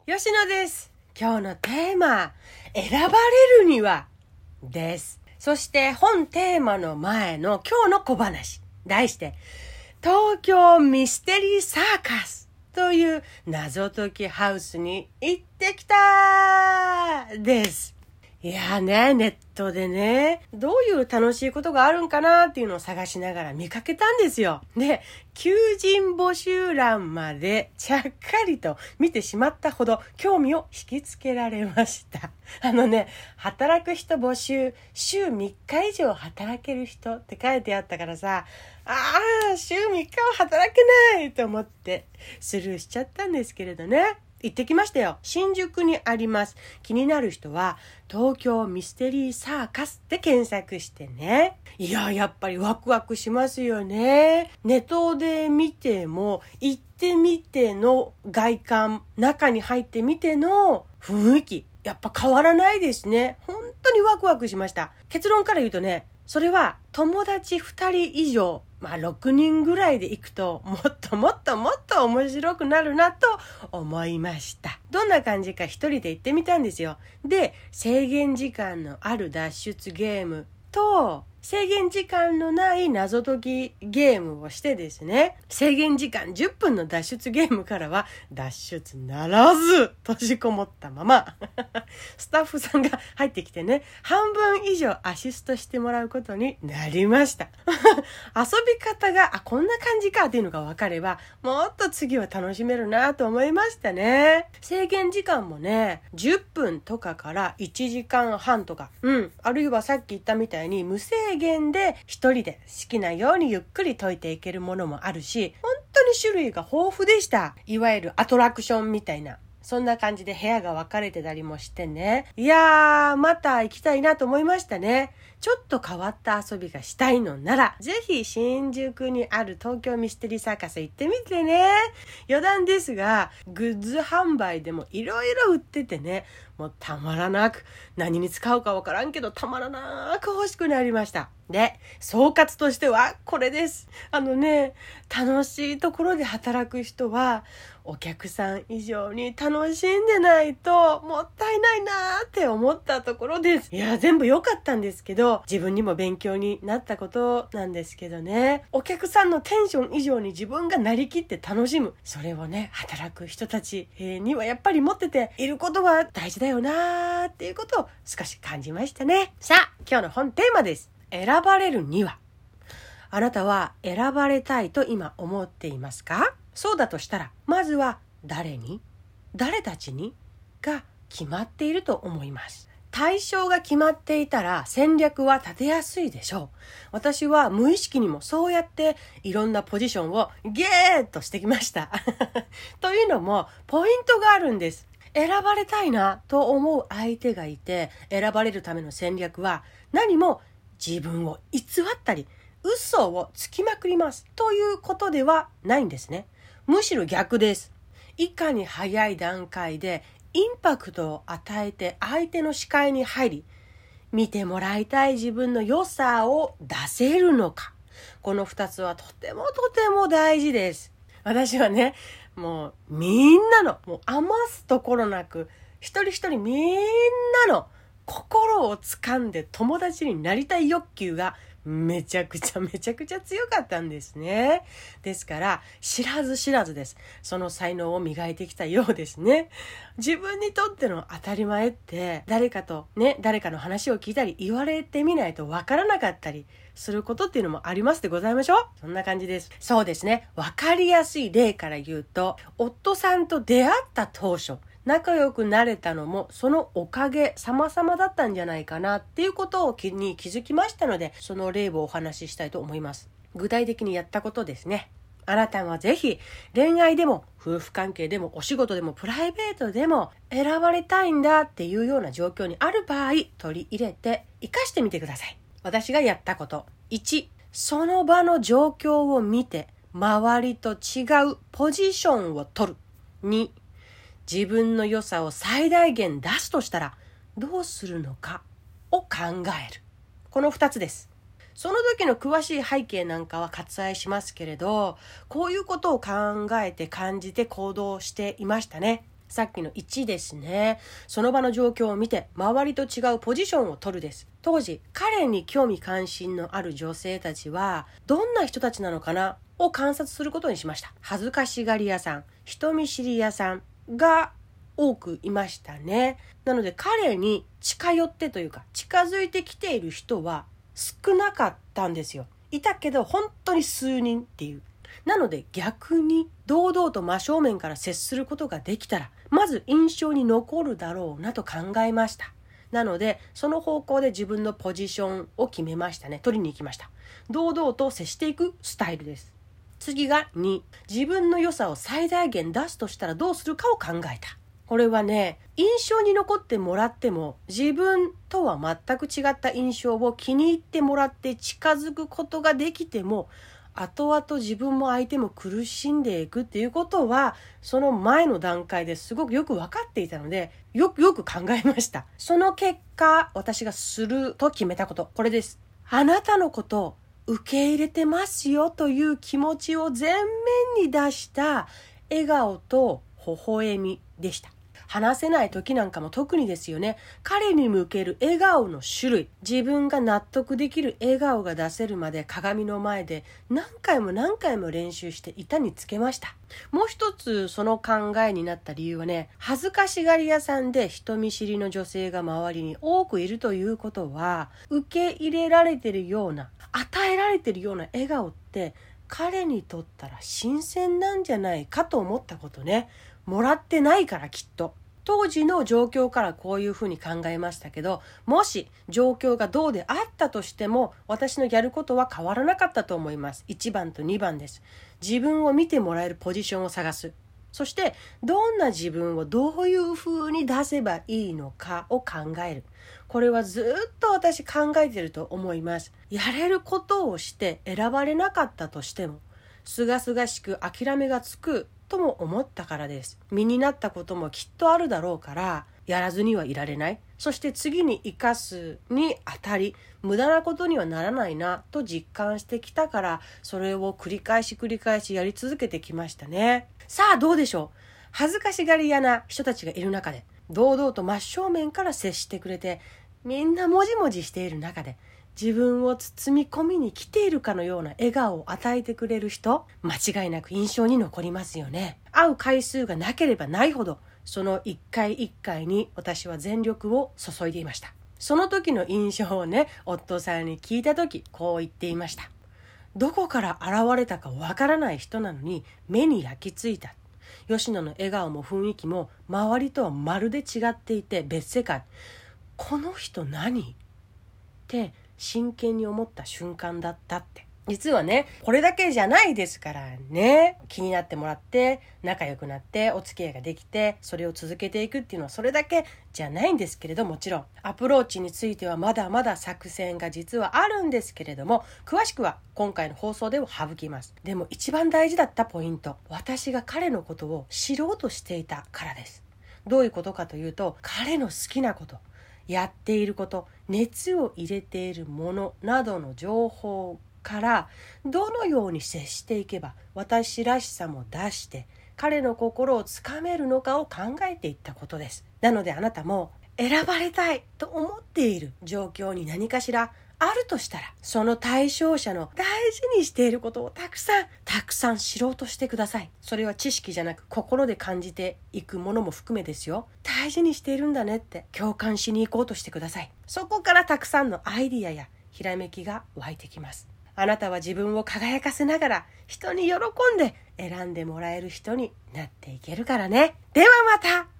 吉野です。今日のテーマ、選ばれるにはです。そして本テーマの前の今日の小話、題して東京ミステリーサーカスという謎解きハウスに行ってきたです。いやね、ネットでね、どういう楽しいことがあるんかなっていうのを探しながら見かけたんですよ。で、求人募集欄までちゃっかりと見てしまったほど興味を引きつけられました。働く人募集、週3日以上働ける人って書いてあったからさ、週3日は働けないと思ってスルーしちゃったんですけれどね。行ってきましたよ。新宿にあります。気になる人は東京ミステリーサーカスで検索してね。いや、やっぱりワクワクしますよね。ネットで見ても行ってみての外観、中に入ってみての雰囲気、やっぱ変わらないですね。本当にワクワクしました。結論から言うとね、それは友達2人以上、6人ぐらいで行くともっと面白くなるなと思いました。どんな感じか一人で行ってみたんですよ。で、制限時間のある脱出ゲームと制限時間のない謎解きゲームをしてですね、制限時間10分の脱出ゲームからは脱出ならず閉じこもったままスタッフさんが入ってきてね、半分以上アシストしてもらうことになりました遊び方がこんな感じかっていうのが分かれば、もっと次は楽しめるなと思いましたね。制限時間もね、10分とかから1時間半とか、あるいはさっき言ったみたいに無制限で一人で好きなようにゆっくり解いていけるものもあるし、本当に種類が豊富でした。いわゆるアトラクションみたいな、そんな感じで部屋が分かれてたりもしてね。いやー、また行きたいなと思いましたね。ちょっと変わった遊びがしたいのなら、ぜひ新宿にある東京ミステリーサーカス行ってみてね。余談ですが、グッズ販売でもいろいろ売っててね、もうたまらなく、何に使うかわからんけどたまらなく欲しくなりました。で、総括としてはこれです。楽しいところで働く人はお客さん以上に楽しんでないともったいないなーって思ったところです。いや、全部良かったんですけど、自分にも勉強になったことなんですけどね。お客さんのテンション以上に自分がなりきって楽しむ。それをね、働く人たちにはやっぱり持ってていることは大事だよなーっていうことを少し感じましたね。さあ、今日の本テーマです。選ばれるには。あなたは選ばれたいと今思っていますか？そうだとしたら、まずは誰たちにが決まっていると思います。対象が決まっていたら戦略は立てやすいでしょう。私は無意識にもそうやっていろんなポジションをゲーッとしてきましたというのもポイントがあるんです。選ばれたいなと思う相手がいて、選ばれるための戦略は何も自分を偽ったり嘘をつきまくりますということではないんですね。むしろ逆です。いかに早い段階でインパクトを与えて相手の視界に入り、見てもらいたい自分の良さを出せるのか、この2つはとても大事です。私はね、もうみんなの余すところなく一人みんなの心を掴んで友達になりたい欲求がめちゃくちゃ強かったんですね。ですから知らずです。その才能を磨いてきたようですね。自分にとっての当たり前って誰かの話を聞いたり言われてみないとわからなかったりすることっていうのもありますでございましょう。そんな感じです。そうですね。わかりやすい例から言うと、夫さんと出会った当初、仲良くなれたのもそのおかげ様々だったんじゃないかなっていうことを気づきましたので、その例をお話ししたいと思います。具体的にやったことですね。あなたはぜひ恋愛でも夫婦関係でもお仕事でもプライベートでも選ばれたいんだっていうような状況にある場合、取り入れて活かしてみてください。私がやったこと。1、その場の状況を見て周りと違うポジションを取る。2、自分の良さを最大限出すとしたらどうするのかを考える。この2つです。その時の詳しい背景なんかは割愛しますけれど、こういうことを考えて感じて行動していましたね。 さっきの1ですね。その場の状況を見て周りと違うポジションを取るです。当時彼に興味関心のある女性たちはどんな人たちなのかなを観察することにしました。恥ずかしがり屋さん、人見知り屋さんが多くいましたね。なので彼に近寄ってというか近づいてきている人は少なかったんですよ。いたけど本当に数人っていう。なので逆に堂々と真正面から接することができたらまず印象に残るだろうなと考えました。なのでその方向で自分のポジションを決めましたね。取りに行きました。堂々と接していくスタイルです。次が2、自分の良さを最大限出すとしたらどうするかを考えた。これはね、印象に残ってもらっても自分とは全く違った印象を気に入ってもらって近づくことができても後々自分も相手も苦しんでいくっていうことはその前の段階ですごくよく分かっていたのでよく考えました。その結果私がすると決めたこと、これです。あなたのことを受け入れてますよという気持ちを前面に出した笑顔と微笑みでした。話せない時なんかも特にですよね。彼に向ける笑顔の種類、自分が納得できる笑顔が出せるまで鏡の前で何回も練習して板につけました。もう一つその考えになった理由はね、恥ずかしがり屋さんで人見知りの女性が周りに多くいるということは、受け入れられているような、与えられているような笑顔って彼にとったら新鮮なんじゃないかと思ったことね。もらってないからきっと。当時の状況からこういうふうに考えましたけど、もし状況がどうであったとしても私のやることは変わらなかったと思います。1番と2番です。自分を見てもらえるポジションを探す。そしてどんな自分をどういうふうに出せばいいのかを考える。これはずっと私考えていると思います。やれることをして選ばれなかったとしてもすがすがしく諦めがつくとも思ったからです。身になったこともきっとあるだろうからやらずにはいられない。そして次に生かすにあたり無駄なことにはならないなと実感してきたから、それを繰り返しやり続けてきましたね。さあどうでしょう。恥ずかしがり屋な人たちがいる中で堂々と真正面から接してくれて、みんなもじもじしている中で自分を包み込みに来ているかのような笑顔を与えてくれる人、間違いなく印象に残りますよね。会う回数がなければないほどその一回一回に私は全力を注いでいました。その時の印象をね、夫さんに聞いた時こう言っていました。どこから現れたかわからない人なのに目に焼き付いた。吉野の笑顔も雰囲気も周りとはまるで違っていて別世界。この人何？って真剣に思った瞬間だったって。実はね、これだけじゃないですからね。気になってもらって仲良くなってお付き合いができてそれを続けていくっていうのはそれだけじゃないんですけれど、もちろんアプローチについてはまだまだ作戦が実はあるんですけれども、詳しくは今回の放送では省きます。でも一番大事だったポイント、私が彼のことを知ろうとしていたからです。どういうことかというと、彼の好きなこと、やっていること、熱を入れているものなどの情報からどのように接していけば私らしさも出して彼の心をつかめるのかを考えていったことです。なのであなたも選ばれたいと思っている状況に何かしらあるとしたら、その対象者の大事にしていることをたくさん知ろうとしてください。それは知識じゃなく心で感じていくものも含めですよ。大事にしているんだねって共感しに行こうとしてください。そこからたくさんのアイディアやひらめきが湧いてきます。あなたは自分を輝かせながら人に喜んで選んでもらえる人になっていけるからね。ではまた。